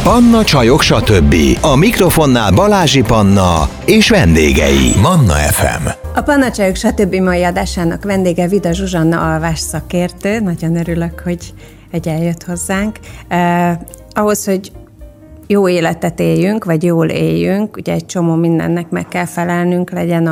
Panna Csajok stb. A mikrofonnál Balázsi Panna és vendégei. Manna FM. A Panna Csajok stb. Mai adásának vendége Vida Zsuzsanna alvás szakértő. Nagyon örülök, hogy eljött hozzánk. Ahhoz, hogy jó életet éljünk, vagy jól éljünk, ugye egy csomó mindennek meg kell felelnünk, legyen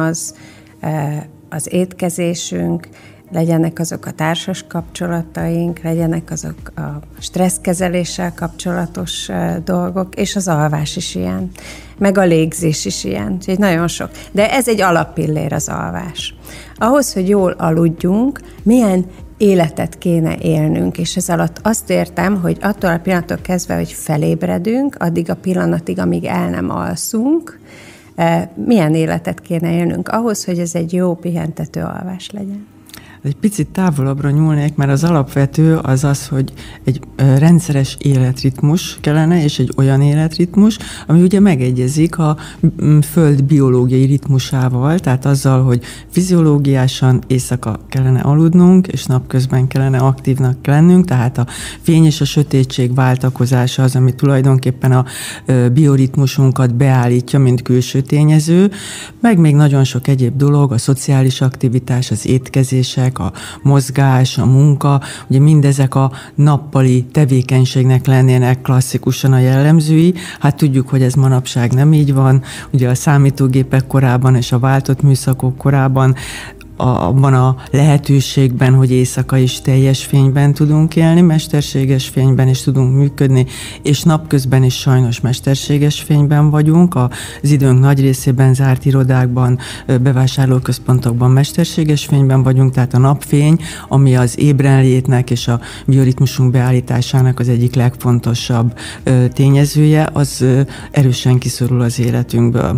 az étkezésünk, legyenek azok a társas kapcsolataink, legyenek azok a stresszkezeléssel kapcsolatos dolgok, és az alvás is ilyen, meg a légzés is ilyen, úgyhogy nagyon sok. De ez egy alappillér az alvás. Ahhoz, hogy jól aludjunk, milyen életet kéne élnünk, és ez alatt azt értem, hogy attól a pillanattól kezdve, hogy felébredünk, addig a pillanatig, amíg el nem alszunk, milyen életet kéne élnünk ahhoz, hogy ez egy jó pihentető alvás legyen. Egy picit távolabbra nyúlnék, mert az alapvető az, hogy egy rendszeres életritmus kellene, és egy olyan életritmus, ami ugye megegyezik a föld biológiai ritmusával, tehát azzal, hogy fiziológiásan éjszaka kellene aludnunk, és napközben kellene aktívnak lennünk, tehát a fény és a sötétség váltakozása az, ami tulajdonképpen a bioritmusunkat beállítja, mint külső tényező, meg még nagyon sok egyéb dolog, a szociális aktivitás, az étkezések, a mozgás, a munka, ugye mindezek a nappali tevékenységnek lennének klasszikusan a jellemzői. Hát tudjuk, hogy ez manapság nem így van. Ugye a számítógépek korában és a váltott műszakok korában abban a lehetőségben, hogy éjszaka is teljes fényben tudunk élni, mesterséges fényben is tudunk működni, és napközben is sajnos mesterséges fényben vagyunk. Az időnk nagy részében zárt irodákban, bevásárlóközpontokban mesterséges fényben vagyunk, tehát a napfény, ami az ébrenlétnek és a bioritmusunk beállításának az egyik legfontosabb tényezője, az erősen kiszorul az életünkből.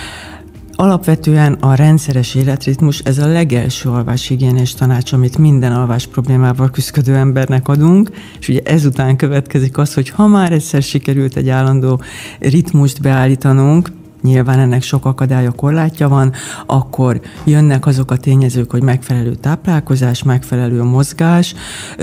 Alapvetően a rendszeres életritmus, ez a legelső alváshigiénés tanács, amit minden alvás problémával küzdő embernek adunk, és ugye ezután következik az, hogy ha már egyszer sikerült egy állandó ritmust beállítanunk, nyilván ennek sok akadálya, korlátja van, akkor jönnek azok a tényezők, hogy megfelelő táplálkozás, megfelelő mozgás.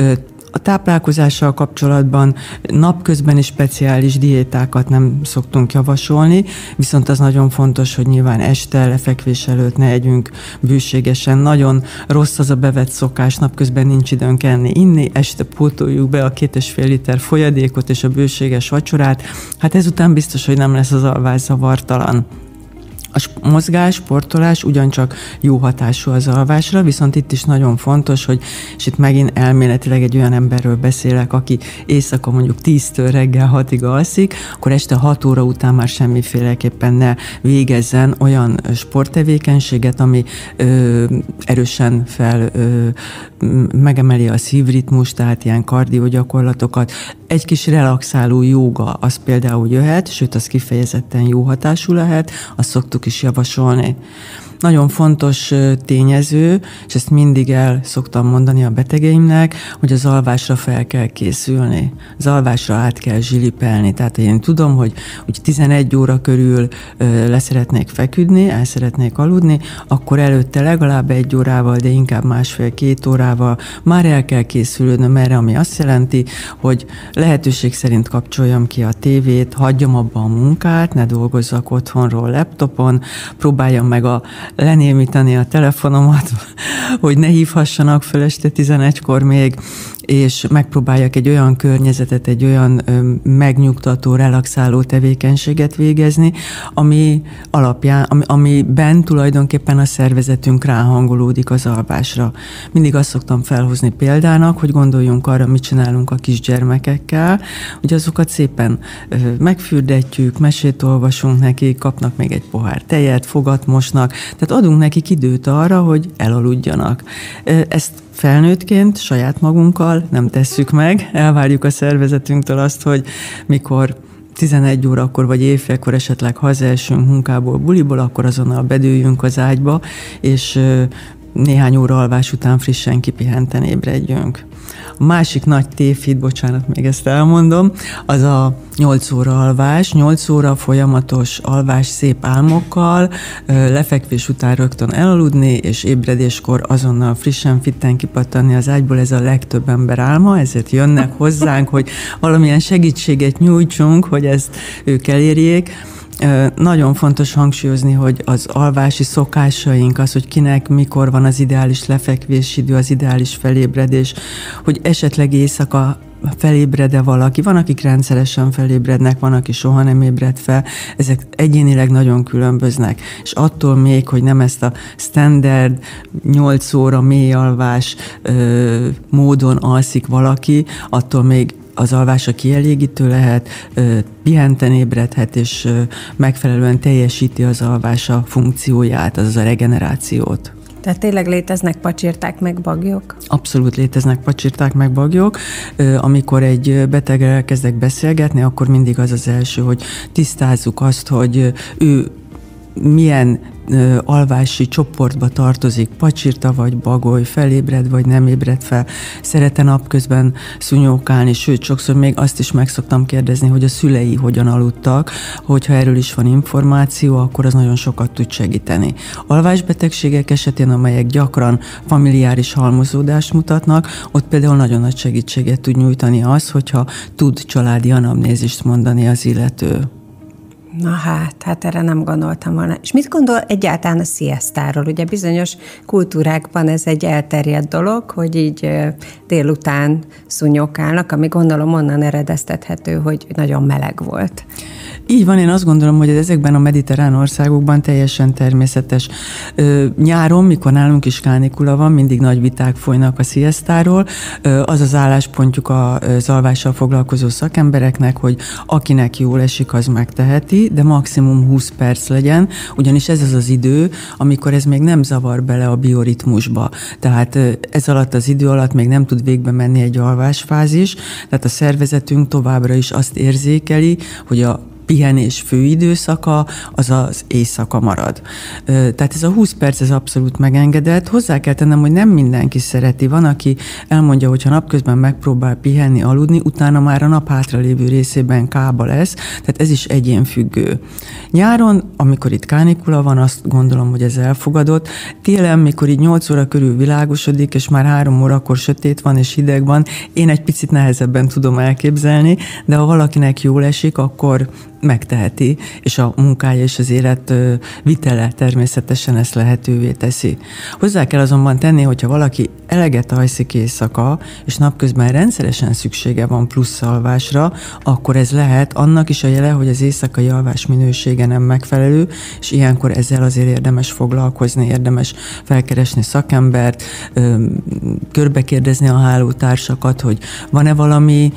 A táplálkozással kapcsolatban napközben is speciális diétákat nem szoktunk javasolni, viszont az nagyon fontos, hogy nyilván este lefekvés előtt ne együnk bőségesen. Nagyon rossz az a bevett szokás, napközben nincs időnk enni, inni, este pótoljuk be a 2,5 liter folyadékot és a bőséges vacsorát. Hát ezután biztos, hogy nem lesz az alvás zavartalan. A mozgás, sportolás ugyancsak jó hatású az alvásra, viszont itt is nagyon fontos, hogy, és itt megint elméletileg egy olyan emberről beszélek, aki éjszaka mondjuk 10-től reggel 6-ig alszik, akkor este 6 óra után már semmiféleképpen ne végezzen olyan sporttevékenységet, ami erősen megemeli a szívritmust, tehát ilyen kardiogyakorlatokat. Egy kis relaxáló jóga, az például jöhet, sőt, az kifejezetten jó hatású lehet, azt szoktuk is javasolni. Nagyon fontos tényező, és ezt mindig el szoktam mondani a betegeimnek, hogy az alvásra fel kell készülni. Az alvásra át kell zsilipelni. Tehát én tudom, hogy 11 óra körül leszeretnék feküdni, el szeretnék aludni, akkor előtte legalább 1 órával, de inkább 1,5-2 órával már el kell készülnöm erre, ami azt jelenti, hogy lehetőség szerint kapcsoljam ki a tévét, hagyjam abba a munkát, ne dolgozzak otthonról laptopon, próbáljam meg lenémítani a telefonomat, hogy ne hívhassanak föl este 11-kor még, és megpróbáljak egy olyan környezetet, egy olyan megnyugtató, relaxáló tevékenységet végezni, ami alapján, amiben tulajdonképpen a szervezetünk ráhangolódik az alvásra. Mindig azt szoktam felhozni példának, hogy gondoljunk arra, mit csinálunk a kisgyermekekkel, hogy azokat szépen megfürdetjük, mesét olvasunk nekik, kapnak még egy pohár tejet, fogat mosnak, tehát adunk nekik időt arra, hogy elaludjanak. Ezt felnőttként saját magunkkal nem tesszük meg, elvárjuk a szervezetünktől azt, hogy mikor 11 órakor vagy éjfélkor esetleg hazaesünk munkából, buliból, akkor azonnal bedőljünk az ágyba, és néhány óra alvás után frissen kipihenten ébredjünk. A másik nagy tévhit, bocsánat, még ezt elmondom, az a 8 óra alvás, 8 óra folyamatos alvás szép álmokkal, lefekvés után rögtön elaludni, és ébredéskor azonnal frissen, fitten kipattanni az ágyból, ez a legtöbb ember álma, ezért jönnek hozzánk, hogy valamilyen segítséget nyújtsunk, hogy ezt ők elérjék. Nagyon fontos hangsúlyozni, hogy az alvási szokásaink, az, hogy kinek mikor van az ideális lefekvési idő, az ideális felébredés, hogy esetleg éjszaka felébred-e valaki. Van, akik rendszeresen felébrednek, van, aki soha nem ébred fel. Ezek egyénileg nagyon különböznek. És attól még, hogy nem ezt a standard 8 óra mély alvás módon alszik valaki, attól még az alvása kielégítő lehet, pihenten ébredhet, és megfelelően teljesíti az alvása funkcióját, azaz a regenerációt. Tehát tényleg léteznek pacsirták meg bagyok? Abszolút léteznek pacsirták meg bagyok. Amikor egy beteggel elkezdek beszélgetni, akkor mindig az az első, hogy tisztázzuk azt, hogy ő milyen alvási csoportba tartozik, pacsirta vagy bagoly, felébred vagy nem ébred fel, szeret-e napközben szúnyókálni, sőt, sokszor még azt is meg szoktam kérdezni, hogy a szülei hogyan aludtak, hogyha erről is van információ, akkor az nagyon sokat tud segíteni. Alvásbetegségek esetén, amelyek gyakran familiáris halmozódást mutatnak, ott például nagyon nagy segítséget tud nyújtani az, hogyha tud családi anamnézist mondani az illető. Na hát erre nem gondoltam volna. És mit gondol egyáltalán a sziasztáról? Ugye bizonyos kultúrákban ez egy elterjedt dolog, hogy így délután szúnyogálnak, ami gondolom onnan eredeztethető, hogy nagyon meleg volt. Így van, én azt gondolom, hogy ezekben a mediterrán országokban teljesen természetes. Nyáron, mikor nálunk is kánikula van, mindig nagy viták folynak a sziasztáról. Az az álláspontjuk az alvással foglalkozó szakembereknek, hogy akinek jól esik, az megteheti, de maximum 20 perc legyen, ugyanis ez az az idő, amikor ez még nem zavar bele a bioritmusba. Tehát ez alatt az idő alatt még nem tud végbe menni egy alvásfázis, tehát a szervezetünk továbbra is azt érzékeli, hogy a pihenés fő időszaka, az az éjszaka marad. Tehát ez a 20 perc, ez abszolút megengedett. Hozzá kell tennem, hogy nem mindenki szereti. Van, aki elmondja, hogy ha napközben megpróbál pihenni, aludni, utána már a nap hátralévő részében kába lesz, tehát ez is egyénfüggő. Nyáron, amikor itt kánikula van, azt gondolom, hogy ez elfogadott. Télen, mikor így 8 óra körül világosodik, és már 3 órakor sötét van és hideg van, én egy picit nehezebben tudom elképzelni, de ha valakinek jól esik, akkor megteheti, és a munkája és az élet vitele természetesen ezt lehetővé teszi. Hozzá kell azonban tenni, hogyha valaki eleget alszik éjszaka, és napközben rendszeresen szüksége van plusz alvásra, akkor ez lehet annak is a jele, hogy az éjszakai alvás minősége nem megfelelő, és ilyenkor ezzel azért érdemes foglalkozni, érdemes felkeresni szakembert, körbekérdezni a hálótársakat, hogy van-e valami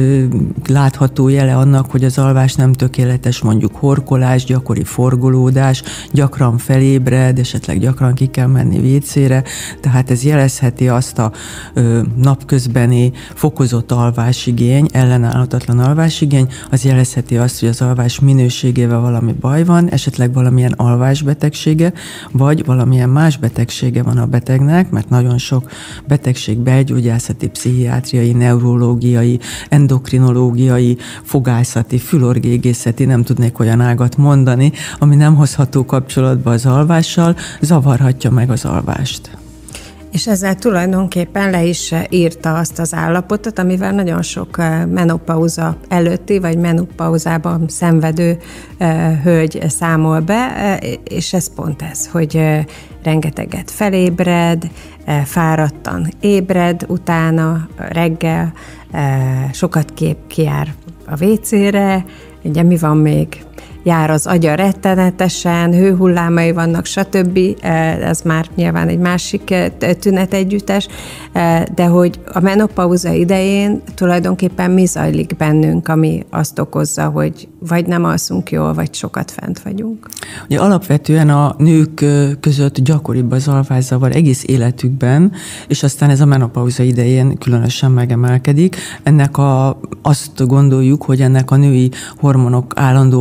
látható jele annak, hogy az alvás nem tökéletes, mondjuk horkolás, gyakori forgolódás, gyakran felébred, esetleg gyakran ki kell menni vécére, tehát ez jelezheti azt a napközbeni fokozott alvásigény, ellenállhatatlan alvásigény, az jelezheti azt, hogy az alvás minőségével valami baj van, esetleg valamilyen alvásbetegsége, vagy valamilyen más betegsége van a betegnek, mert nagyon sok betegség belgyógyászati, pszichiátriai, neurológiai, endokrinológiai, fogászati, fülorgégészeti, nem tudnék olyan ágat mondani, ami nem hozható kapcsolatba az alvással, zavarhatja meg az alvást. És ezzel tulajdonképpen le is írta azt az állapotot, amivel nagyon sok menopauza előtti, vagy menopauzában szenvedő hölgy számol be, és ez pont ez, hogy rengeteget felébred, fáradtan ébred utána, reggel, sokat kijár a WC-re, ugye mi van még? Jár az agya rettenetesen, hőhullámai vannak, stb. Ez már nyilván egy másik tünetegyüttes, de hogy a menopauza idején tulajdonképpen mi zajlik bennünk, ami azt okozza, hogy vagy nem alszunk jól, vagy sokat fent vagyunk. Ugye alapvetően a nők között gyakoribb az alvászavar egész életükben, és aztán ez a menopauza idején különösen megemelkedik. Azt gondoljuk, hogy ennek a női hormonok állandó változása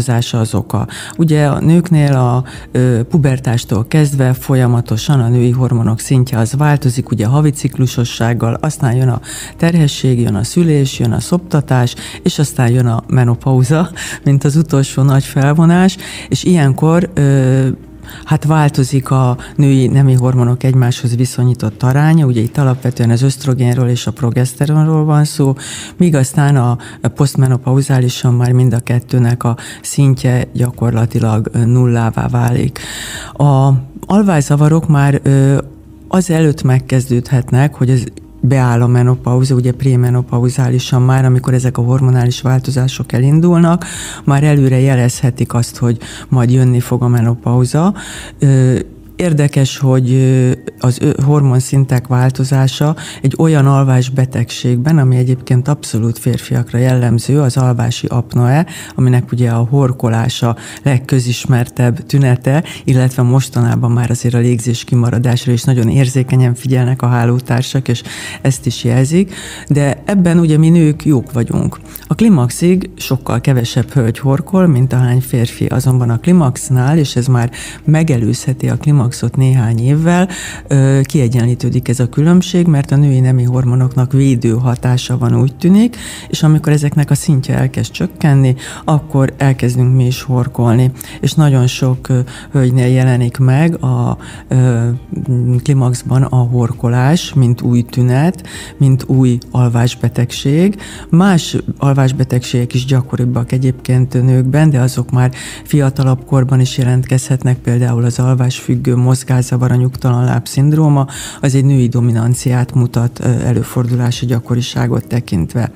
változása az oka. Ugye a nőknél a pubertástól kezdve folyamatosan a női hormonok szintje az változik, ugye havi ciklusossággal, aztán jön a terhesség, jön a szülés, jön a szoptatás, és aztán jön a menopauza, mint az utolsó nagy felvonás, és ilyenkor hát változik a női nemi hormonok egymáshoz viszonyított aránya, ugye itt alapvetően az ösztrogénről és a progeszteronról van szó, míg aztán a posztmenopauzálisan már mind a kettőnek a szintje gyakorlatilag nullává válik. A alvályzavarok már az előtt megkezdődhetnek, hogy ez beáll a menopauza, ugye prémenopauzálisan már, amikor ezek a hormonális változások elindulnak, már előre jelezhetik azt, hogy majd jönni fog a menopauza. Érdekes, hogy az hormonszintek változása egy olyan alvásbetegségben, ami egyébként abszolút férfiakra jellemző, az alvási apnoe, aminek ugye a horkolása legközismertebb tünete, illetve mostanában már azért a légzés kimaradásra is nagyon érzékenyen figyelnek a hálótársak, és ezt is jelzik, de ebben ugye mi nők jók vagyunk. A klimaxig sokkal kevesebb hölgy horkol, mint ahány férfi, azonban a klimaxnál, és ez már megelőzheti a klimaxot néhány évvel, kiegyenlítődik ez a különbség, mert a női nemi hormonoknak védő hatása van, úgy tűnik, és amikor ezeknek a szintje elkezd csökkenni, akkor elkezdünk mi is horkolni. És nagyon sok hölgynél jelenik meg a klimaxban a horkolás, mint új tünet, mint új alvásbetegség. Más alvásbetegségek is gyakoribbak egyébként nőkben, de azok már fiatalabb korban is jelentkezhetnek, például az alvásfüggő mozgászavar, a nyugtalan láb szindróma, az egy női dominanciát mutat előfordulási gyakoriságot tekintve.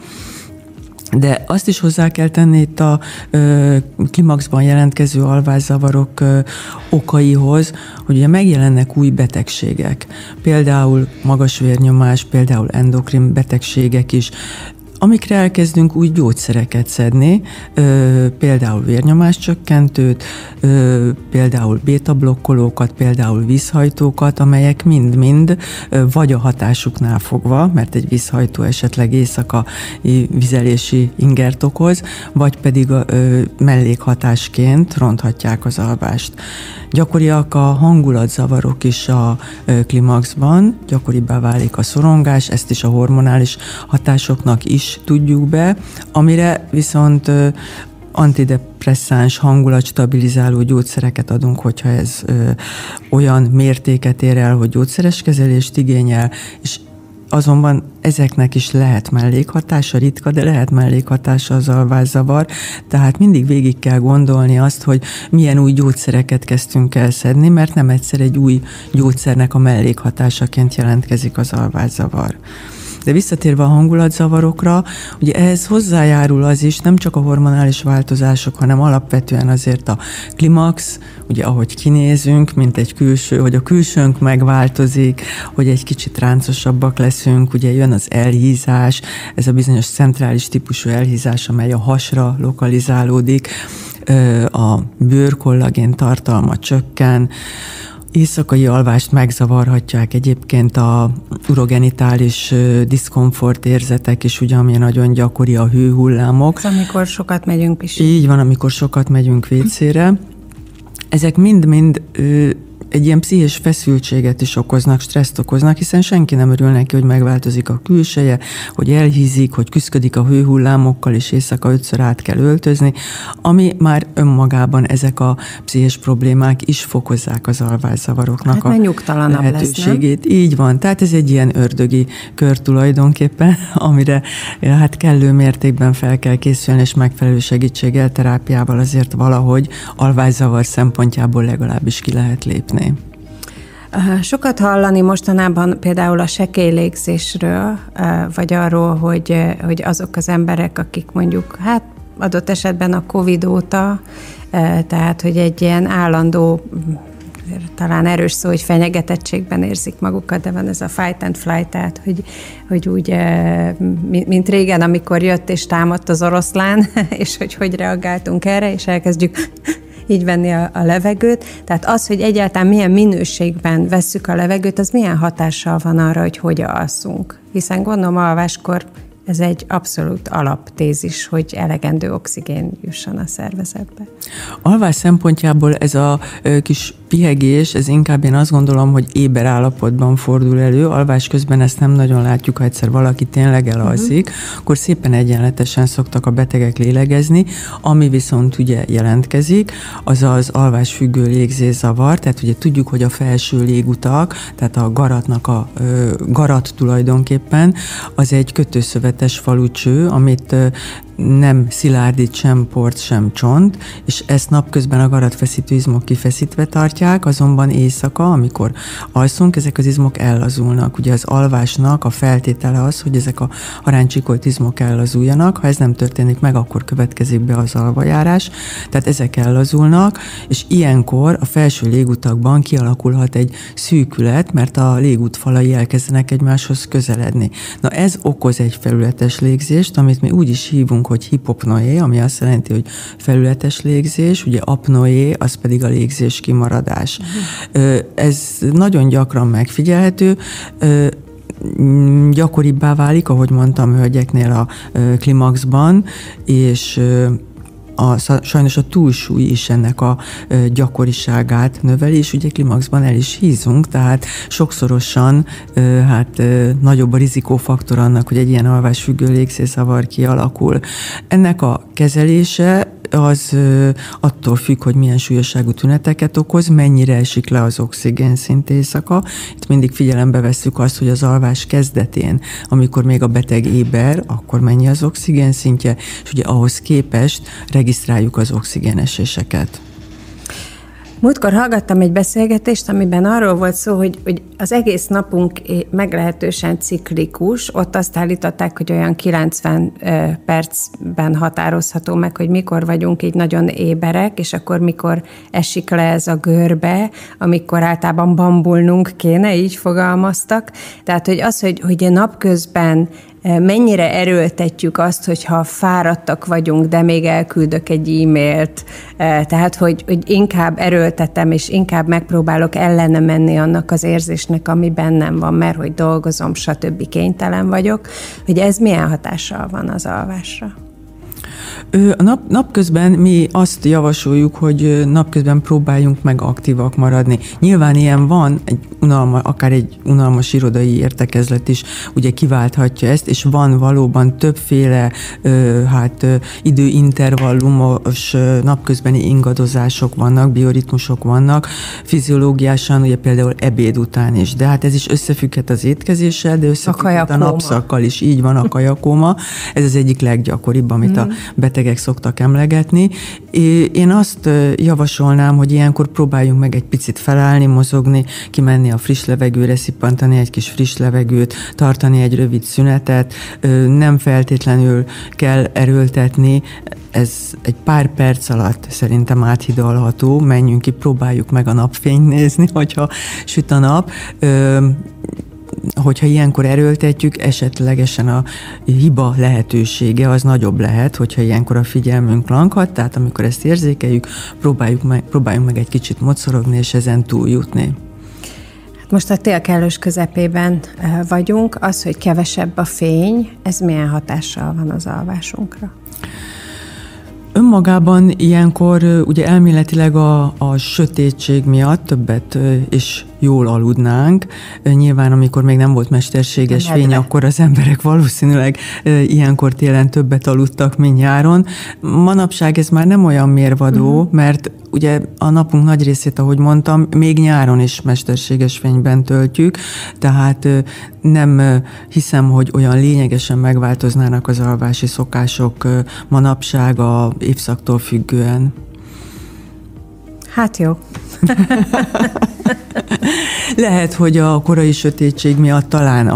De azt is hozzá kell tenni itt a klimaxban jelentkező alvászavarok okaihoz, hogy ugye megjelennek új betegségek, például magas vérnyomás, például endokrin betegségek is, amikre elkezdünk új gyógyszereket szedni, például vérnyomáscsökkentőt, például bétablokkolókat, például vízhajtókat, amelyek mind-mind vagy a hatásuknál fogva, mert egy vízhajtó esetleg éjszakai vizelési ingert okoz, vagy pedig mellékhatásként ronthatják az alvást. Gyakoriak a hangulatzavarok is a klimaxban, gyakoribbá válik a szorongás, ezt is a hormonális hatásoknak is tudjuk be, amire viszont antidepresszáns, hangulatstabilizáló gyógyszereket adunk, hogyha ez olyan mértéket ér el, hogy gyógyszeres kezelést igényel, és azonban ezeknek is lehet mellékhatása, ritka, de lehet mellékhatása az alvászavar, tehát mindig végig kell gondolni azt, hogy milyen új gyógyszereket kezdtünk el szedni, mert nem egyszer egy új gyógyszernek a mellékhatásaként jelentkezik az alvászavar. De visszatérve a hangulatzavarokra, ugye ehhez hozzájárul az is, nem csak a hormonális változások, hanem alapvetően azért a klimax, ugye ahogy kinézünk, mint egy külső, hogy a külsőnk megváltozik, hogy egy kicsit ráncosabbak leszünk, ugye jön az elhízás, ez a bizonyos centrális típusú elhízás, amely a hasra lokalizálódik, a bőrkollagén tartalma csökken, éjszakai alvást megzavarhatják egyébként a urogenitális diszkomfort érzetek is, ugye, ami nagyon gyakori, a hőhullámok. Ez amikor sokat megyünk pisilni. Így van, amikor sokat megyünk vécére. Ezek mind-mind egy ilyen pszichés feszültséget is okoznak, stresszt okoznak, hiszen senki nem örül neki, hogy megváltozik a külseje, hogy elhízik, hogy küszködik a hőhullámokkal, és éjszaka 5-ször át kell öltözni, ami már önmagában ezek a pszichés problémák is fokozzák az alvászavaroknak hát a lehetőségét. Lesz, így van, tehát ez egy ilyen ördögi kör tulajdonképpen, amire hát kellő mértékben fel kell készülni, és megfelelő segítséggel, terápiával azért valahogy alvászavar szempontjából legalábbis ki lehet lépni. Sokat hallani mostanában például a sekélylégzésről, vagy arról, hogy azok az emberek, akik mondjuk, hát adott esetben a Covid óta, tehát, hogy egy ilyen állandó, talán erős szó, hogy fenyegetettségben érzik magukat, de van ez a fight and flight, tehát, hogy úgy, mint régen, amikor jött és támadt az oroszlán, és hogy reagáltunk erre, és elkezdjük így venni a levegőt. Tehát az, hogy egyáltalán milyen minőségben vesszük a levegőt, az milyen hatással van arra, hogy alszunk. Hiszen gondolom alváskor ez egy abszolút alaptézis, hogy elegendő oxigén jusson a szervezetbe. Alvás szempontjából ez a kis pihegés, ez inkább én azt gondolom, hogy éber állapotban fordul elő. Alvás közben ezt nem nagyon látjuk, ha egyszer valaki tényleg elalszik, akkor szépen egyenletesen szoktak a betegek lélegezni, ami viszont ugye jelentkezik, az az alvásfüggő légzészavar, tehát ugye tudjuk, hogy a felső légutak, tehát a garatnak a garat tulajdonképpen, az egy kötőszövetes falucső, amit nem szilárdít sem port, sem csont, és ezt napközben a garatfeszítő izmok kifeszítve tartják, azonban éjszaka, amikor alszunk, ezek az izmok ellazulnak. Ugye az alvásnak a feltétele az, hogy ezek a haráncsikolt izmok ellazuljanak, ha ez nem történik meg, akkor következik be az alvajárás, tehát ezek ellazulnak, és ilyenkor a felső légutakban kialakulhat egy szűkület, mert a légút falai elkezdenek egymáshoz közeledni. Na ez okoz egy felületes légzést, amit mi úgy is hívunk, hogy hipopnoé, ami azt jelenti, hogy felületes légzés, ugye apnoé, az pedig a légzés kimaradás. Ez nagyon gyakran megfigyelhető, gyakoribbá válik, ahogy mondtam, hölgyeknél a klimaxban, és sajnos a túlsúly is ennek a gyakoriságát növeli, és ugye klimaxban el is hízunk, tehát sokszorosan nagyobb a rizikófaktor annak, hogy egy ilyen alvásfüggő légzészavar kialakul. Ennek a kezelése az attól függ, hogy milyen súlyosságú tüneteket okoz, mennyire esik le az oxigénszint éjszaka. Itt mindig figyelembe vesszük azt, hogy az alvás kezdetén, amikor még a beteg éber, akkor mennyi az oxigénszintje, és ugye ahhoz képest regisztráljuk az oxigéneséseket. Múltkor hallgattam egy beszélgetést, amiben arról volt szó, hogy az egész napunk meglehetősen ciklikus. Ott azt állították, hogy olyan 90 percben határozható meg, hogy mikor vagyunk így nagyon éberek, és akkor mikor esik le ez a görbe, amikor általában bambulnunk kéne, így fogalmaztak. Tehát, hogy az, hogy napközben mennyire erőltetjük azt, hogyha fáradtak vagyunk, de még elküldök egy e-mailt. Tehát, hogy inkább erőltetem, és inkább megpróbálok ellene menni annak az érzésnek, ami bennem van, mert hogy dolgozom, stb. Kénytelen vagyok, hogy ez milyen hatással van az alvásra? Napközben mi azt javasoljuk, hogy napközben próbáljunk meg aktívak maradni. Nyilván ilyen van, akár egy unalmas irodai értekezlet is ugye kiválthatja ezt, és van valóban többféle időintervallumos napközbeni ingadozások vannak, bioritmusok vannak, fiziológiásan ugye például ebéd után is, de hát ez is összefügghet az étkezéssel, de összefügghet a napszakkal is, így van a kajakóma. Ez az egyik leggyakoribb, amit a betegek szoktak emlegetni. Én azt javasolnám, hogy ilyenkor próbáljunk meg egy picit felállni, mozogni, kimenni a friss levegőre, szippantani egy kis friss levegőt, tartani egy rövid szünetet, nem feltétlenül kell erőltetni, ez egy pár perc alatt szerintem áthidalható, menjünk ki, próbáljuk meg a napfényt nézni, hogyha süt a nap. Hogyha ilyenkor erőltetjük, esetlegesen a hiba lehetősége az nagyobb lehet, hogyha ilyenkor a figyelmünk lankad, tehát amikor ezt érzékeljük, próbáljunk meg egy kicsit mocorogni, és ezen túljutni. Most a tél kellős közepében vagyunk, az, hogy kevesebb a fény, ez milyen hatással van az alvásunkra? Önmagában ilyenkor ugye elméletileg a sötétség miatt többet és jól aludnánk. Nyilván, amikor még nem volt mesterséges fény, akkor az emberek valószínűleg ilyenkor télen többet aludtak, mint nyáron. Manapság ez már nem olyan mérvadó, mert ugye a napunk nagy részét, ahogy mondtam, még nyáron is mesterséges fényben töltjük, tehát nem hiszem, hogy olyan lényegesen megváltoznának az alvási szokások manapság a évszaktól függően. Hát jó. Lehet, hogy a korai sötétség miatt talán,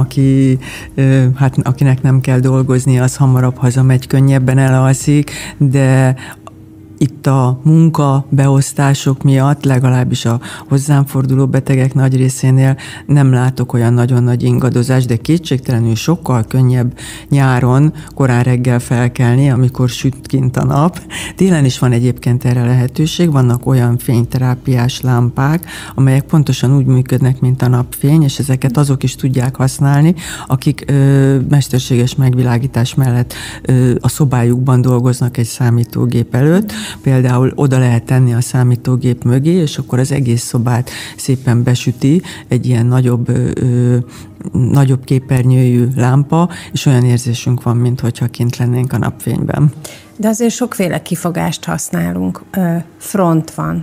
akinek nem kell dolgozni, az hamarabb hazamegy, könnyebben elalszik, de Itt a munkabeosztások miatt, legalábbis a hozzám forduló betegek nagy részénél nem látok olyan nagyon nagy ingadozást, de kétségtelenül sokkal könnyebb nyáron korán reggel felkelni, amikor süt kint a nap. Télen is van egyébként erre lehetőség, vannak olyan fényterápiás lámpák, amelyek pontosan úgy működnek, mint a napfény, és ezeket azok is tudják használni, akik mesterséges megvilágítás mellett a szobájukban dolgoznak egy számítógép előtt. Például oda lehet tenni a számítógép mögé, és akkor az egész szobát szépen besüti egy ilyen nagyobb képernyőjű lámpa, és olyan érzésünk van, mintha kint lennénk a napfényben. De azért sokféle kifogást használunk. Front van,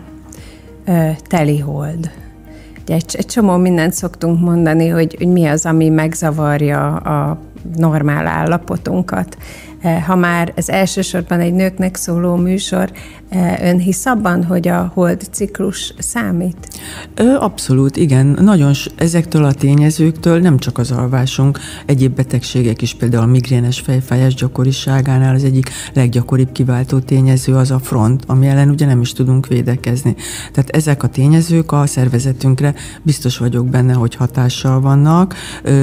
telihold. Egy csomó mindent szoktunk mondani, hogy mi az, ami megzavarja a normál állapotunkat. Ha már ez elsősorban egy nőknek szóló műsor, ön hisz abban, hogy a hold ciklus számít? Abszolút, igen. Ezektől a tényezőktől nem csak az alvásunk, egyéb betegségek is, például a migrénes fejfájás gyakoriságánál az egyik leggyakoribb kiváltó tényező az a front, ami ellen ugye nem is tudunk védekezni. Tehát ezek a tényezők a szervezetünkre biztos vagyok benne, hogy hatással vannak.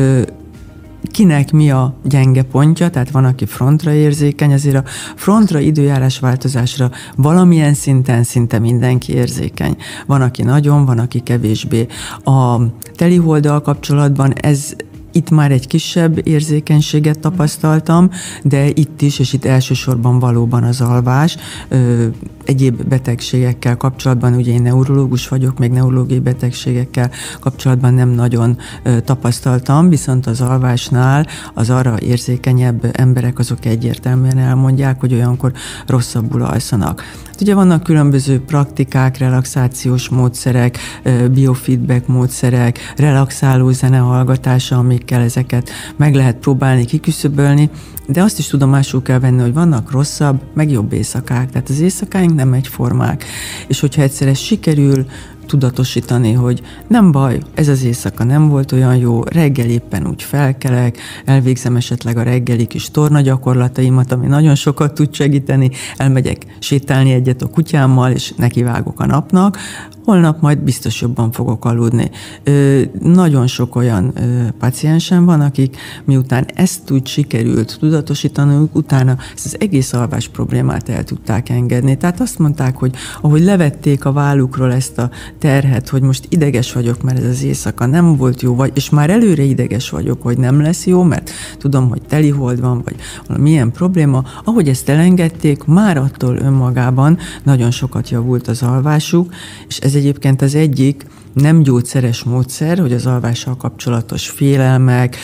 Kinek mi a gyenge pontja, tehát van, aki frontra érzékeny, azért a frontra, időjárás változásra valamilyen szinten szinte mindenki érzékeny. Van, aki nagyon, van, aki kevésbé. A teliholddal kapcsolatban itt már egy kisebb érzékenységet tapasztaltam, de itt is, és itt elsősorban valóban az alvás. Egyéb betegségekkel kapcsolatban, ugye én neurológus vagyok, még neurológiai betegségekkel kapcsolatban nem nagyon tapasztaltam, viszont az alvásnál az arra érzékenyebb emberek azok egyértelműen elmondják, hogy olyankor rosszabbul alszanak. Ugye vannak különböző praktikák, relaxációs módszerek, biofeedback módszerek, relaxáló zenehallgatása, amikkel ezeket meg lehet próbálni kiküszöbölni, de azt is tudomásul kell venni, hogy vannak rosszabb, meg jobb éjszakák. Tehát az éjszakáink nem egyformák. És hogyha egyszerűen sikerül tudatosítani, hogy nem baj, ez az éjszaka nem volt olyan jó, reggel éppen úgy felkelek, elvégzem esetleg a reggeli kis tornagyakorlataimat, ami nagyon sokat tud segíteni, elmegyek sétálni egyet a kutyámmal, és nekivágok a napnak, holnap majd biztos jobban fogok aludni. Nagyon sok olyan paciensem van, akik miután ezt úgy sikerült tudatosítani, utána ezt az egész alvás problémát el tudták engedni. Tehát azt mondták, hogy ahogy levették a vállukról ezt a terhet, hogy most ideges vagyok, mert ez az éjszaka nem volt jó, és már előre ideges vagyok, hogy nem lesz jó, mert tudom, hogy telihold van, vagy valamilyen probléma, ahogy ezt elengedték, már attól önmagában nagyon sokat javult az alvásuk, és ez egyébként az egyik nem gyógyszeres módszer, hogy az alvással kapcsolatos félelmek,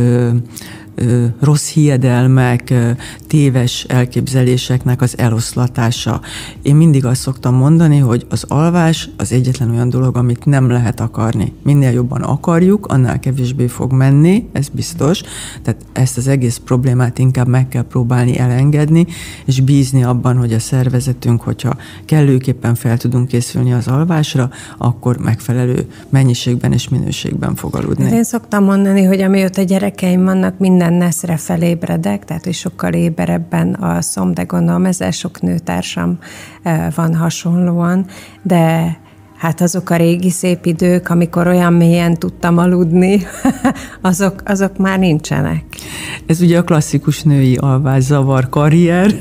rossz hiedelmek, téves elképzeléseknek az eloszlatása. Én mindig azt szoktam mondani, hogy az alvás az egyetlen olyan dolog, amit nem lehet akarni. Minél jobban akarjuk, annál kevésbé fog menni, ez biztos. Tehát ezt az egész problémát inkább meg kell próbálni elengedni, és bízni abban, hogy a szervezetünk, hogyha kellőképpen fel tudunk készülni az alvásra, akkor megfelelő mennyiségben és minőségben fog aludni. Én szoktam mondani, hogy amióta gyerekeim vannak, minden neszre felébredek, tehát hogy sokkal éberebben alszom, de gondolom ezzel sok nőtársam van hasonlóan, de hát azok a régi szép idők, amikor olyan mélyen tudtam aludni, azok már nincsenek. Ez ugye a klasszikus női alvászavar karrier.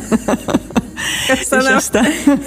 Köszönöm. És aztán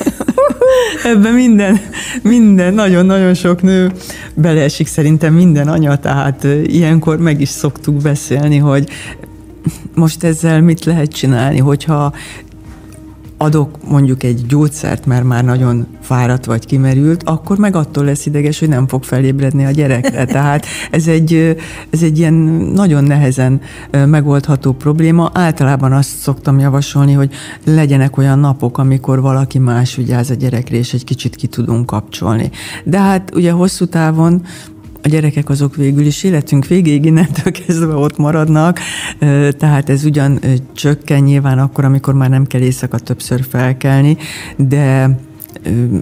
ebben minden, nagyon-nagyon sok nő beleesik, szerintem minden anya, tehát ilyenkor meg is szoktuk beszélni, hogy most ezzel mit lehet csinálni, hogyha adok mondjuk egy gyógyszert, mert már nagyon fáradt vagy kimerült, akkor meg attól lesz ideges, hogy nem fog felébredni a gyerekre. Tehát ez egy ilyen nagyon nehezen megoldható probléma. Általában azt szoktam javasolni, hogy legyenek olyan napok, amikor valaki más vigyáz a gyerekre, és egy kicsit ki tudunk kapcsolni. De hát ugye hosszú távon a gyerekek azok végül is életünk végéig innentől kezdve ott maradnak, tehát ez ugyan csökken nyilván akkor, amikor már nem kell éjszaka többször felkelni, de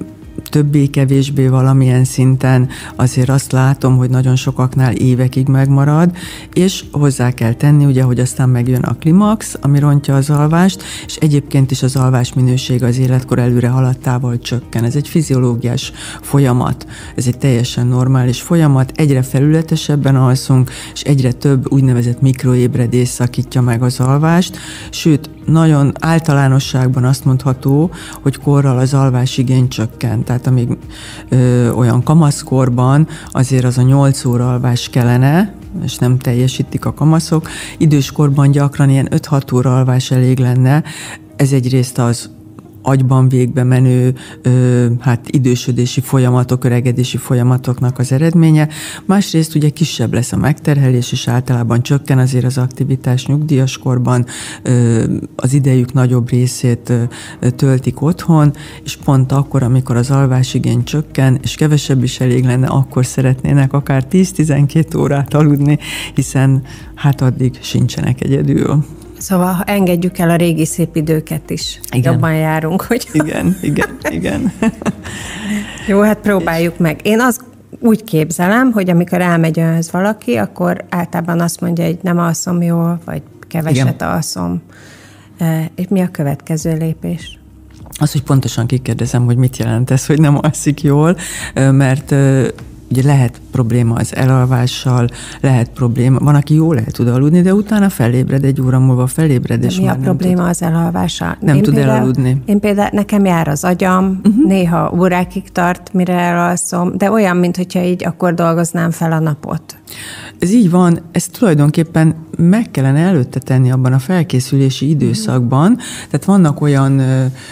többé-kevésbé valamilyen szinten azért azt látom, hogy nagyon sokaknál évekig megmarad, és hozzá kell tenni, ugye, hogy aztán megjön a klimax, ami rontja az alvást, és egyébként is az alvás minősége az életkor előre haladtával csökken. Ez egy fiziológiás folyamat, ez egy teljesen normális folyamat, egyre felületesebben alszunk, és egyre több úgynevezett mikroébredés szakítja meg az alvást, sőt, nagyon általánosságban azt mondható, hogy korral az alvásigény csökken. Tehát amíg olyan kamaszkorban azért az a 8 óra alvás kellene, és nem teljesítik a kamaszok, időskorban gyakran ilyen 5-6 óra alvás elég lenne. Ez egyrészt az agyban végbe menő idősödési folyamatok, öregedési folyamatoknak az eredménye. Másrészt ugye kisebb lesz a megterhelés, és általában csökken azért az aktivitás nyugdíjas korban, az idejük nagyobb részét töltik otthon, és pont akkor, amikor az alvásigény csökken, és kevesebb is elég lenne, akkor szeretnének akár 10-12 órát aludni, hiszen hát addig sincsenek egyedül. Szóval ha engedjük el a régi szép időket is. Igen. Jobban járunk, hogy... Igen. Jó, hát próbáljuk meg. Én azt úgy képzelem, hogy amikor elmegy önhöz valaki, akkor általában azt mondja, hogy nem alszom jól, vagy keveset alszom. És mi a következő lépés? Az, hogy pontosan kikérdezem, hogy mit jelent ez, hogy nem alszik jól, mert ugye lehet probléma az elalvással, lehet probléma, van, aki jól el tud aludni, de utána felébred, egy óra múlva felébred, és mi a probléma az elalvással? Nem tud elaludni. Én például, nekem jár az agyam, néha órákig tart, mire elalszom, de olyan, mintha így akkor dolgoznám fel a napot. Ez így van, ezt tulajdonképpen meg kellene előtte tenni abban a felkészülési időszakban, tehát vannak olyan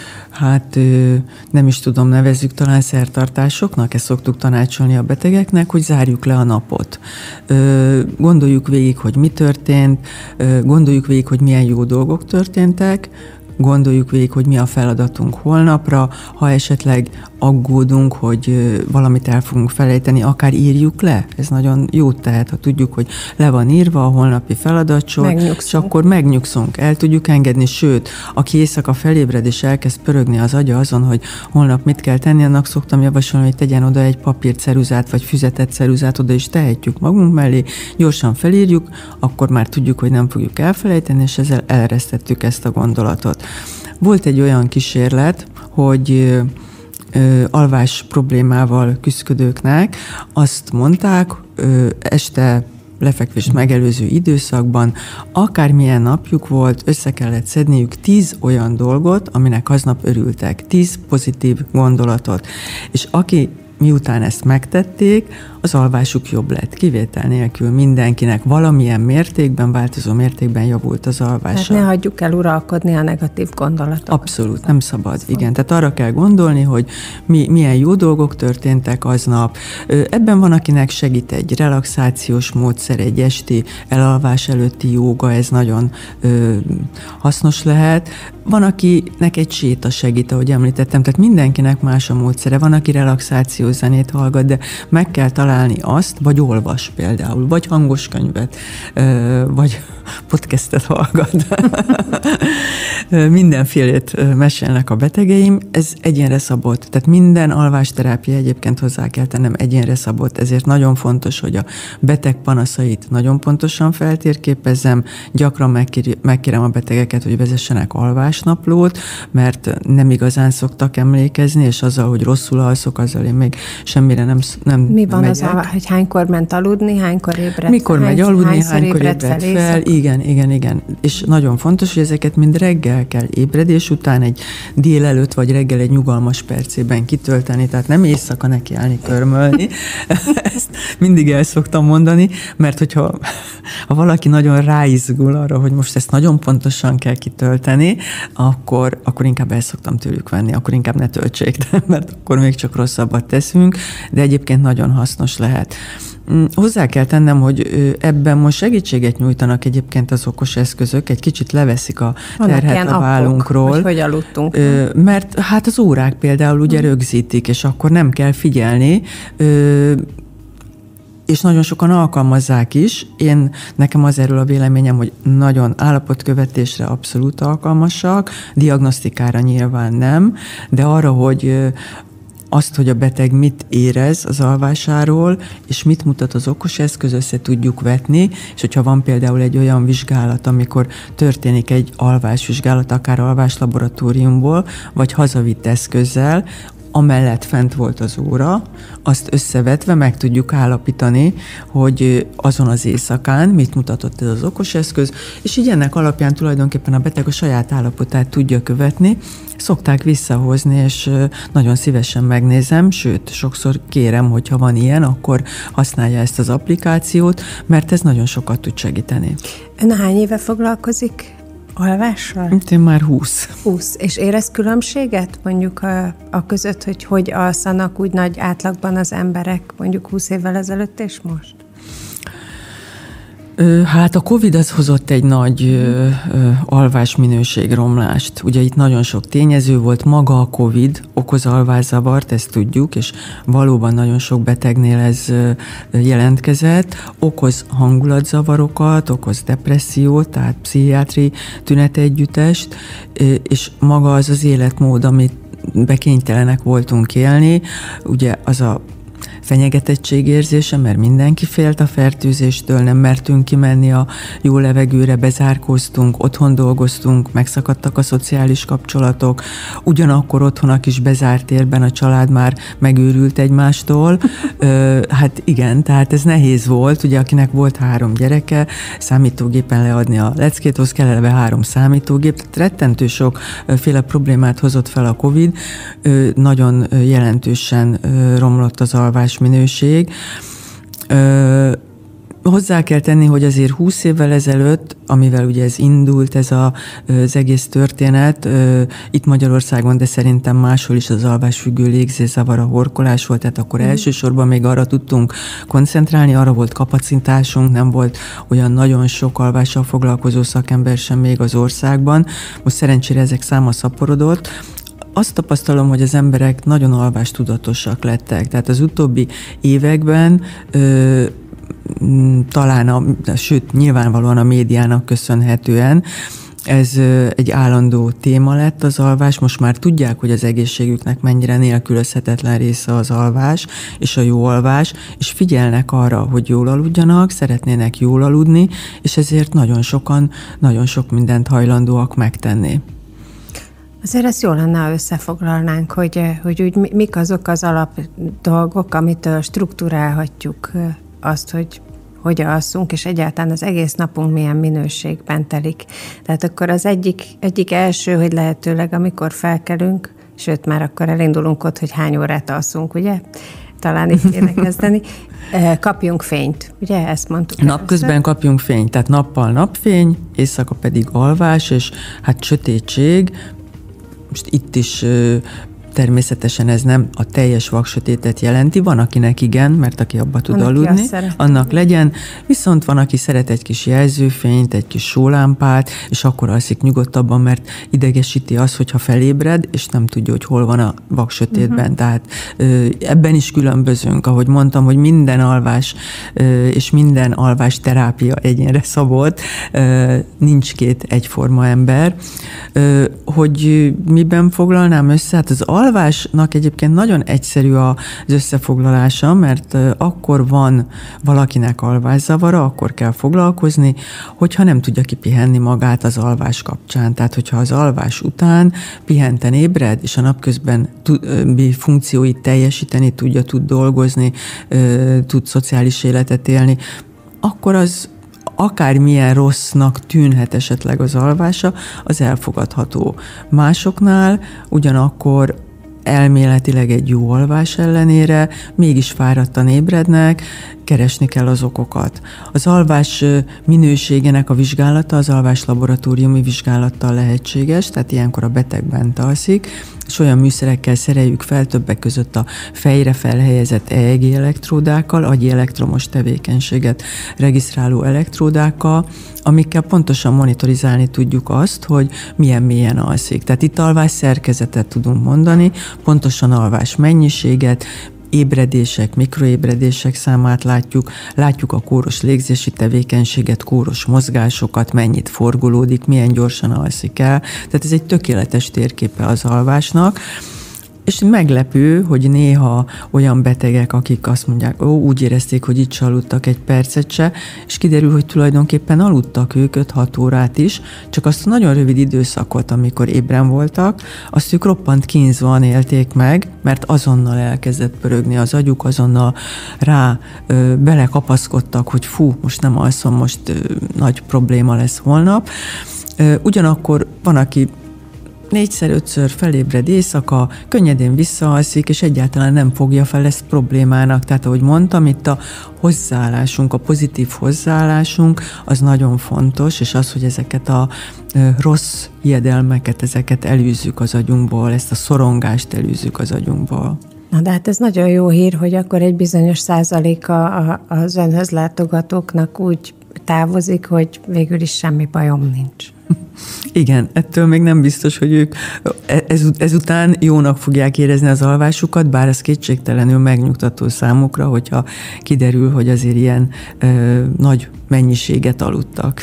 nem is tudom, nevezzük talán szertartásoknak, ezt szoktuk tanácsolni a betegeknek, hogy zárjuk le a napot. Gondoljuk végig, hogy mi történt, gondoljuk végig, hogy milyen jó dolgok történtek, gondoljuk végig, hogy mi a feladatunk holnapra, ha esetleg aggódunk, hogy valamit el fogunk felejteni, akár írjuk le. Ez nagyon jó, tehát ha tudjuk, hogy le van írva a holnapi feladatsor, és akkor megnyugszunk, el tudjuk engedni, sőt, aki éjszaka felébred és elkezd pörögni az agya azon, hogy holnap mit kell tenni, annak szoktam javasolni, hogy tegyen oda egy papírceruzát, vagy füzetett ceruzát, oda is tehetjük magunk mellé, gyorsan felírjuk, akkor már tudjuk, hogy nem fogjuk elfelejteni, és ezzel eleresztettük ezt a gondolatot. Volt egy olyan kísérlet, hogy alvás problémával küzdködőknek azt mondták, este lefekvést megelőző időszakban, akármilyen napjuk volt, össze kellett szedniük 10 olyan dolgot, aminek aznap örültek, 10 pozitív gondolatot. És aki miután ezt megtették, az alvásuk jobb lett. Kivétel nélkül mindenkinek valamilyen mértékben, változó mértékben javult az alvása. Tehát ne hagyjuk el uralkodni a negatív gondolatok. Abszolút, nem szabad. Igen, tehát arra kell gondolni, hogy milyen jó dolgok történtek aznap. Ebben van, akinek segít egy relaxációs módszer, egy esti elalvás előtti jóga, ez nagyon hasznos lehet. Van, akinek egy séta segít, ahogy említettem, tehát mindenkinek más a módszere. Van, aki relaxációs zenét hallgat, de meg kell találni azt, vagy olvas például, vagy hangos könyvet, vagy podcastet hallgat. Mindenfélét mesélnek a betegeim, ez egyénre szabott. Tehát minden alvásterápia egyébként hozzá kell tennem egyénre szabott, ezért nagyon fontos, hogy a beteg panaszait nagyon pontosan feltérképezzem, gyakran megkérem a betegeket, hogy vezessenek alvásnaplót, mert nem igazán szoktak emlékezni, és azzal, hogy rosszul alszok, azzal én még semmire nem Mi van megyek. Az, hogy hánykor ment aludni, hánykor ébredt? Mikor megy aludni, hánykor ébredt fel? Igen. És nagyon fontos, hogy ezeket mind reggel kell ébredés után, egy délelőtt vagy reggel egy nyugalmas percében kitölteni, tehát nem éjszaka nekiállni körmölni. Ezt mindig el szoktam mondani, mert hogyha valaki nagyon ráizgul arra, hogy most ezt nagyon pontosan kell kitölteni, akkor inkább el szoktam tőlük venni, akkor inkább ne töltsék, mert akkor még csak rosszabbat teszünk, de egyébként nagyon hasznos lehet. Hozzá kell tennem, hogy ebben most segítséget nyújtanak egyébként az okos eszközök, egy kicsit leveszik a terhet a vállunkról. Hogy aludtunk. Mert hát az órák például ugye rögzítik, és akkor nem kell figyelni, és nagyon sokan alkalmazzák is. Nekem az erről a véleményem, hogy nagyon állapotkövetésre abszolút alkalmasak, diagnosztikára nyilván nem, de arra, hogy azt, hogy a beteg mit érez az alvásáról, és mit mutat az okos eszköz, össze tudjuk vetni, és hogyha van például egy olyan vizsgálat, amikor történik egy alvásvizsgálat, akár alváslaboratóriumból, vagy hazavitt eszközzel, amellett fent volt az óra, azt összevetve meg tudjuk állapítani, hogy azon az éjszakán mit mutatott ez az okos eszköz, és így ennek alapján tulajdonképpen a beteg a saját állapotát tudja követni. Szokták visszahozni, és nagyon szívesen megnézem, sőt, sokszor kérem, hogyha van ilyen, akkor használja ezt az applikációt, mert ez nagyon sokat tud segíteni. Ön hány éve foglalkozik alvással? Én már 20. 20. És érez különbséget mondjuk a között, hogy alszanak úgy nagy átlagban az emberek mondjuk 20 évvel ezelőtt és most? Hát a Covid az hozott egy nagy alvásminőségromlást. Ugye itt nagyon sok tényező volt, maga a Covid okoz alvászavart, ezt tudjuk, és valóban nagyon sok betegnél ez jelentkezett, okoz hangulatzavarokat, okoz depressziót, tehát pszichiátri tünetegyüttest, és maga az az életmód, amit kénytelenek voltunk élni, ugye az a fenyegetettség érzése, mert mindenki félt a fertőzéstől, nem mertünk kimenni a jó levegőre, bezárkóztunk, otthon dolgoztunk, megszakadtak a szociális kapcsolatok, ugyanakkor otthon a kis bezárt térben a család már megőrült egymástól. Hát igen, tehát ez nehéz volt, ugye akinek volt 3 gyereke, számítógépen leadni a leckét, hoz kell eleve 3 számítógép, tehát rettentő sokféle problémát hozott fel a Covid, nagyon jelentősen romlott az alvás minőség. Hozzá kell tenni, hogy azért 20 évvel ezelőtt, amivel ugye ez indult, ez az egész történet, itt Magyarországon, de szerintem máshol is az alvásfüggő légzészavar, a horkolás volt, tehát akkor elsősorban még arra tudtunk koncentrálni, arra volt kapacitásunk, nem volt olyan nagyon sok alvással foglalkozó szakember sem még az országban. Most szerencsére ezek száma szaporodott. Azt tapasztalom, hogy az emberek nagyon alvástudatosak lettek. Tehát az utóbbi években talán, sőt, nyilvánvalóan a médiának köszönhetően ez egy állandó téma lett az alvás. Most már tudják, hogy az egészségüknek mennyire nélkülözhetetlen része az alvás és a jó alvás, és figyelnek arra, hogy jól aludjanak, szeretnének jól aludni, és ezért nagyon sokan, nagyon sok mindent hajlandóak megtenni. Azért ezt jól lenne, ha összefoglalnánk, hogy úgy mik azok az alapdolgok, amitől strukturálhatjuk azt, hogy alszunk, és egyáltalán az egész napunk milyen minőségben telik. Tehát akkor az egyik első, hogy lehetőleg, amikor felkelünk, sőt, már akkor elindulunk ott, hogy hány órát alszunk, ugye? Talán itt kéne kezdeni. Kapjunk fényt, ugye? Ezt mondtuk. Napközben kapjunk fényt, tehát nappal napfény, éjszaka pedig alvás, és hát sötétség. Most itt is természetesen ez nem a teljes vaksötétet jelenti, van akinek igen, mert aki abba tud aludni, annak legyen, viszont van, aki szeret egy kis jelzőfényt, egy kis sólámpát, és akkor alszik nyugodtabban, mert idegesíti az, hogyha felébred, és nem tudja, hogy hol van a vaksötétben. Tehát ebben is különbözünk, ahogy mondtam, hogy minden alvás és minden alvás terápia egyénre szabott, nincs 2 egyforma ember. Hogy miben foglalnám össze? Hát az alvásnak egyébként nagyon egyszerű az összefoglalása, mert akkor van valakinek alvászavara, akkor kell foglalkozni, hogyha nem tudja kipihenni magát az alvás kapcsán. Tehát, hogyha az alvás után pihenten ébred, és a napközben funkcióit teljesíteni tudja, tud dolgozni, tud szociális életet élni, akkor az akármilyen rossznak tűnhet esetleg az alvása, az elfogadható. Másoknál ugyanakkor elméletileg egy jó alvás ellenére mégis fáradtan ébrednek, keresni kell az okokat. Az alvás minőségének a vizsgálata az alvás laboratóriumi vizsgálattal lehetséges, tehát ilyenkor a beteg bent alszik, és olyan műszerekkel szereljük fel, többek között a fejre felhelyezett EEG elektródákkal, agyi elektromos tevékenységet regisztráló elektródákkal, amikkel pontosan monitorizálni tudjuk azt, hogy milyen mélyen alszik. Tehát itt alvás szerkezetet tudunk mondani, pontosan alvás mennyiséget, ébredések, mikroébredések számát látjuk a kóros légzési tevékenységet, kóros mozgásokat, mennyit forgolódik, milyen gyorsan alszik el. Tehát ez egy tökéletes térképe az alvásnak. És meglepő, hogy néha olyan betegek, akik azt mondják, úgy érezték, hogy itt se aludtak egy percet se, és kiderül, hogy tulajdonképpen aludtak ők 5-6 órát is, csak azt a nagyon rövid időszakot, amikor ébren voltak, azt ők roppant kínzóan élték meg, mert azonnal elkezdett pörögni az agyuk, azonnal belekapaszkodtak, hogy fú, most nem alszom, most nagy probléma lesz holnap. Ugyanakkor van, aki 4-5-ször felébred éjszaka, könnyedén visszaalszik, és egyáltalán nem fogja fel ezt problémának. Tehát, ahogy mondtam, itt a hozzáállásunk, a pozitív hozzáállásunk, az nagyon fontos, és az, hogy ezeket a rossz hiedelmeket, ezeket elűzzük az agyunkból, ezt a szorongást elűzzük az agyunkból. Na de hát ez nagyon jó hír, hogy akkor egy bizonyos százaléka az önhöz látogatóknak úgy távozik, hogy végül is semmi bajom nincs. Igen, ettől még nem biztos, hogy ők ezután jónak fogják érezni az alvásukat, bár ez kétségtelenül megnyugtató számukra, hogyha kiderül, hogy azért ilyen nagy mennyiséget aludtak.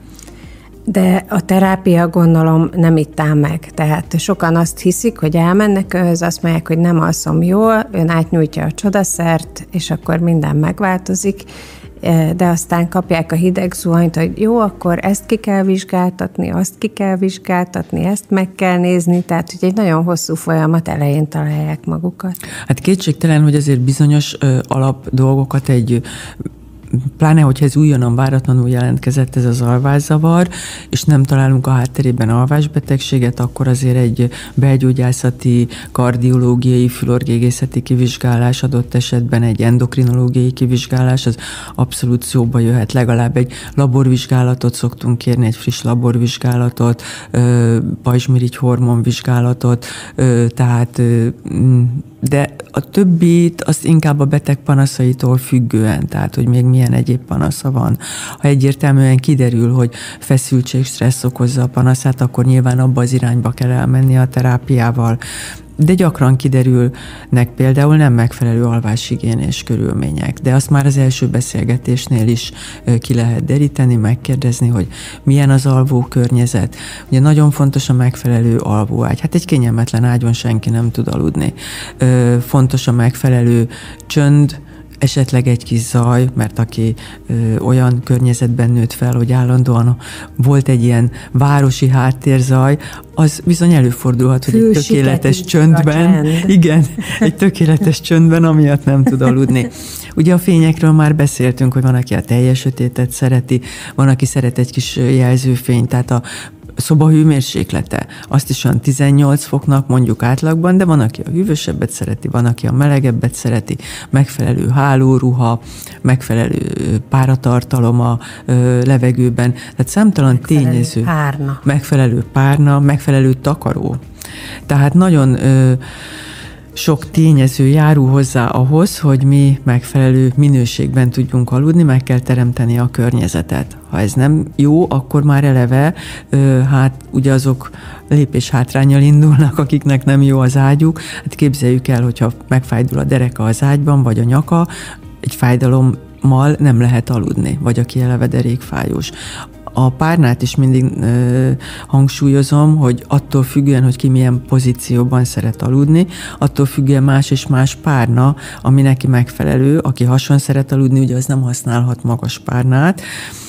De a terápia, gondolom, nem itt áll meg. Tehát sokan azt hiszik, hogy elmennek önhöz, azt mondják, hogy nem alszom jól, ön átnyújtja a csodaszert, és akkor minden megváltozik, de aztán kapják a hideg zuhanyt, hogy jó, akkor ezt ki kell vizsgáltatni, azt ki kell vizsgáltatni, ezt meg kell nézni, tehát hogy egy nagyon hosszú folyamat elején találják magukat. Hát kétségtelen, hogy azért bizonyos alap dolgokat pláne, hogyha ez újonnan váratlanul jelentkezett ez az alvászavar, és nem találunk a hátterében alvásbetegséget, akkor azért egy belgyógyászati, kardiológiai, fülorgégészeti kivizsgálás, adott esetben egy endokrinológiai kivizsgálás, az abszolút szóba jöhet. Legalább egy laborvizsgálatot szoktunk kérni, egy friss laborvizsgálatot, pajzsmirigy hormonvizsgálatot, tehát de a többit azt inkább a beteg panaszaitól függően, tehát hogy még milyen egyéb panasza van. Ha egyértelműen kiderül, hogy feszültség, stressz okozza a panaszát, akkor nyilván abba az irányba kell elmenni a terápiával. De gyakran kiderülnek például nem megfelelő alváshigiénés körülmények, de azt már az első beszélgetésnél is ki lehet deríteni, megkérdezni, hogy milyen az alvó környezet. Ugye nagyon fontos a megfelelő alvóágy. Hát egy kényelmetlen ágyon senki nem tud aludni. Fontos a megfelelő csönd, esetleg egy kis zaj, mert aki olyan környezetben nőtt fel, hogy állandóan volt egy ilyen városi háttérzaj, az bizony előfordulhat, hogy egy tökéletes csöndben, igen, egy tökéletes csöndben, amiatt nem tud aludni. Ugye a fényekről már beszéltünk, hogy van, aki a teljes sötétet szereti, van, aki szeret egy kis jelzőfényt, tehát a szoba hőmérséklete, azt is olyan 18 foknak mondjuk átlagban, de van, aki a hűvösebbet szereti, van, aki a melegebbet szereti, megfelelő hálóruha, megfelelő páratartalom a levegőben, tehát számtalan megfelelő tényező. Párna. Megfelelő párna, megfelelő takaró. Tehát nagyon sok tényező járul hozzá ahhoz, hogy mi megfelelő minőségben tudjunk aludni, meg kell teremteni a környezetet. Ha ez nem jó, akkor már eleve, hát ugye azok lépés hátránnyal indulnak, akiknek nem jó az ágyuk. Hát képzeljük el, hogyha megfájdul a dereka az ágyban, vagy a nyaka, egy fájdalommal nem lehet aludni, vagy aki eleve derékfájós. A párnát is mindig hangsúlyozom, hogy attól függően, hogy ki milyen pozícióban szeret aludni, attól függően más és más párna, ami neki megfelelő. Aki hason szeret aludni, ugye az nem használhat magas párnát.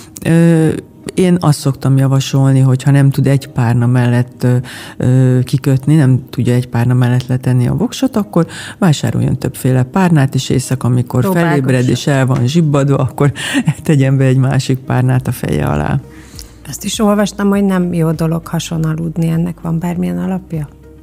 Én azt szoktam javasolni, hogy ha nem tud egy párna mellett kikötni, nem tudja egy párna mellett letenni a voksot, akkor vásároljon többféle párnát, és éjszaka, amikor felébred és el van zsibbadva, akkor tegyen be egy másik párnát a feje alá. Azt is olvastam, hogy nem jó dolog hason aludni, ennek van bármilyen alapja?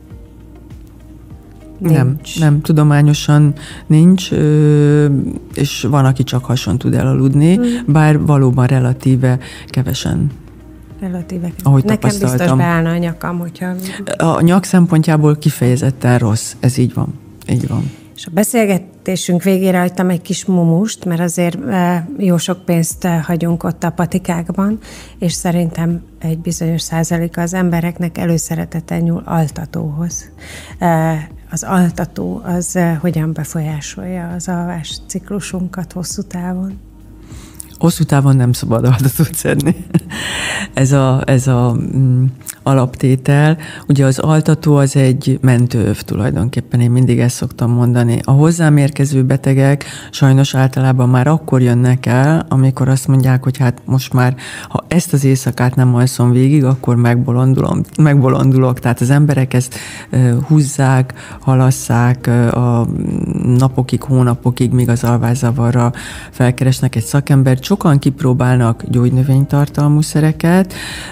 Nem, tudományosan nincs, és van, aki csak hason tud elaludni, bár valóban relatíve kevesen. Ahogy nekem biztos beállna a nyakam, hogyha... A nyak szempontjából kifejezetten rossz, ez így van. Így van. És a beszélgetésünk végére hagytam egy kis mumust, mert azért jó sok pénzt hagyunk ott a patikákban, és szerintem egy bizonyos százaléka az embereknek előszeretettel nyúl altatóhoz. Az altató az hogyan befolyásolja az alvás ciklusunkat hosszú távon? Hosszú távon nem szabad altatót szedni. Ez a alaptétel. Ugye az altató az egy mentőöv tulajdonképpen, én mindig ezt szoktam mondani. A hozzám érkező betegek sajnos általában már akkor jönnek el, amikor azt mondják, hogy hát most már, ha ezt az éjszakát nem alszom végig, akkor megbolondulok. Tehát az emberek ezt húzzák, halasszák a napokig, hónapokig, míg az alvászavarra felkeresnek egy szakembert. Sokan kipróbálnak gyógynövénytartalmú szereket,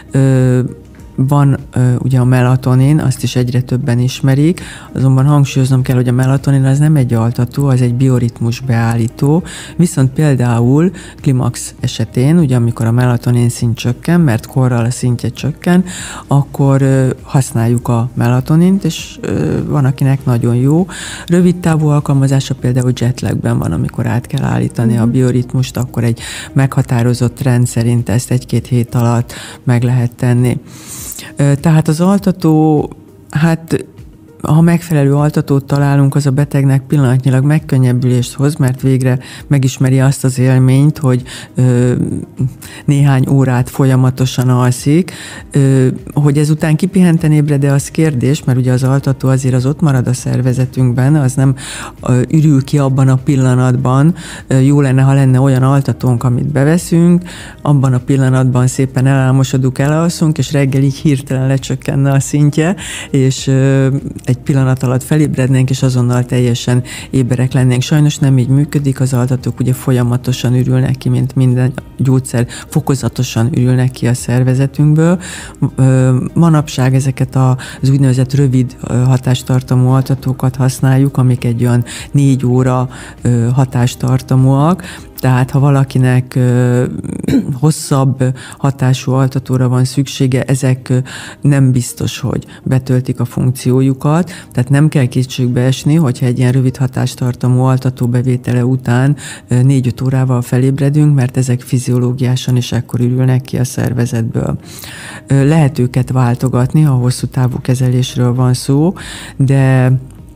van ugye a melatonin, azt is egyre többen ismerik, azonban hangsúlyoznom kell, hogy a melatonin az nem egy altató, az egy bioritmus beállító, viszont például klimax esetén, ugye amikor a melatonin szint csökken, mert korral a szintje csökken, akkor használjuk a melatonint, és van, akinek nagyon jó. Rövid távú alkalmazása például jetlagben van, amikor át kell állítani a bioritmust, akkor egy meghatározott rend szerint ezt 1-2 hét alatt meg lehet tenni. Tehát az altató, hát ha megfelelő altatót találunk, az a betegnek pillanatnyilag megkönnyebbülést hoz, mert végre megismeri azt az élményt, hogy néhány órát folyamatosan alszik. Hogy ezután kipihenten ébred-e, az kérdés, mert ugye az altató azért az ott marad a szervezetünkben, az nem ürül ki abban a pillanatban. Jó lenne, ha lenne olyan altatónk, amit beveszünk, abban a pillanatban szépen elálmosodunk, elalszunk, és reggel így hirtelen lecsökkenne a szintje, és egy pillanat alatt felébrednénk, és azonnal teljesen éberek lennénk. Sajnos nem így működik, az altatók ugye folyamatosan ürülnek ki, mint minden gyógyszer, fokozatosan ürülnek ki a szervezetünkből. Manapság ezeket az úgynevezett rövid hatástartamú altatókat használjuk, amik egy olyan 4 óra hatástartamúak. Tehát ha valakinek hosszabb hatású altatóra van szüksége, ezek nem biztos, hogy betöltik a funkciójukat, tehát nem kell kétségbe esni, hogyha egy ilyen rövid hatástartamú altató bevétele után 4-5 órával felébredünk, mert ezek fiziológiásan is ekkor ürülnek ki a szervezetből. Lehet őket váltogatni, ha hosszú távú kezelésről van szó, de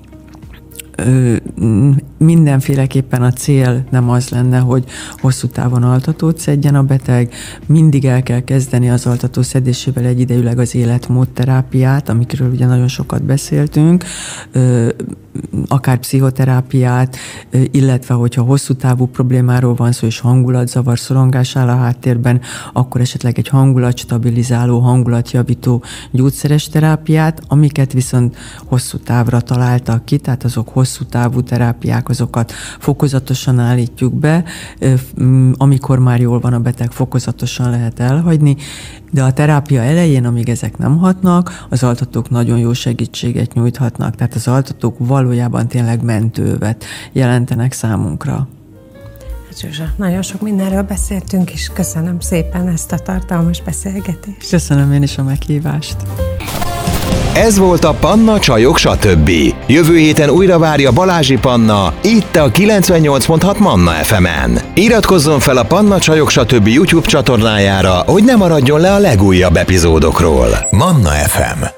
mindenféleképpen a cél nem az lenne, hogy hosszú távon altatót szedjen a beteg, mindig el kell kezdeni az altató szedésével egyidejűleg az életmódterápiát, amikről ugye nagyon sokat beszéltünk, akár pszichoterápiát, illetve hogyha hosszú távú problémáról van szó, és hangulatzavar, szorongás áll a háttérben, akkor esetleg egy hangulatstabilizáló, hangulatjavító gyógyszeres terápiát, amiket viszont hosszú távra találtak ki, tehát azok hosszú távú terápiák, azokat fokozatosan állítjuk be, amikor már jól van a beteg, fokozatosan lehet elhagyni, de a terápia elején, amíg ezek nem hatnak, az altatók nagyon jó segítséget nyújthatnak, tehát az altatók valójában tényleg mentővet jelentenek számunkra. Zsuzsa, nagyon sok mindenről beszéltünk, és köszönöm szépen ezt a tartalmas beszélgetést. Köszönöm én is a meghívást. Ez volt a Panna Csajok stb. Jövő héten újra várja Balázsi Panna, itt a 98.6 Manna FM-en. Iratkozzon fel a Panna Csajok stb. YouTube csatornájára, hogy ne maradjon le a legújabb epizódokról. Manna FM.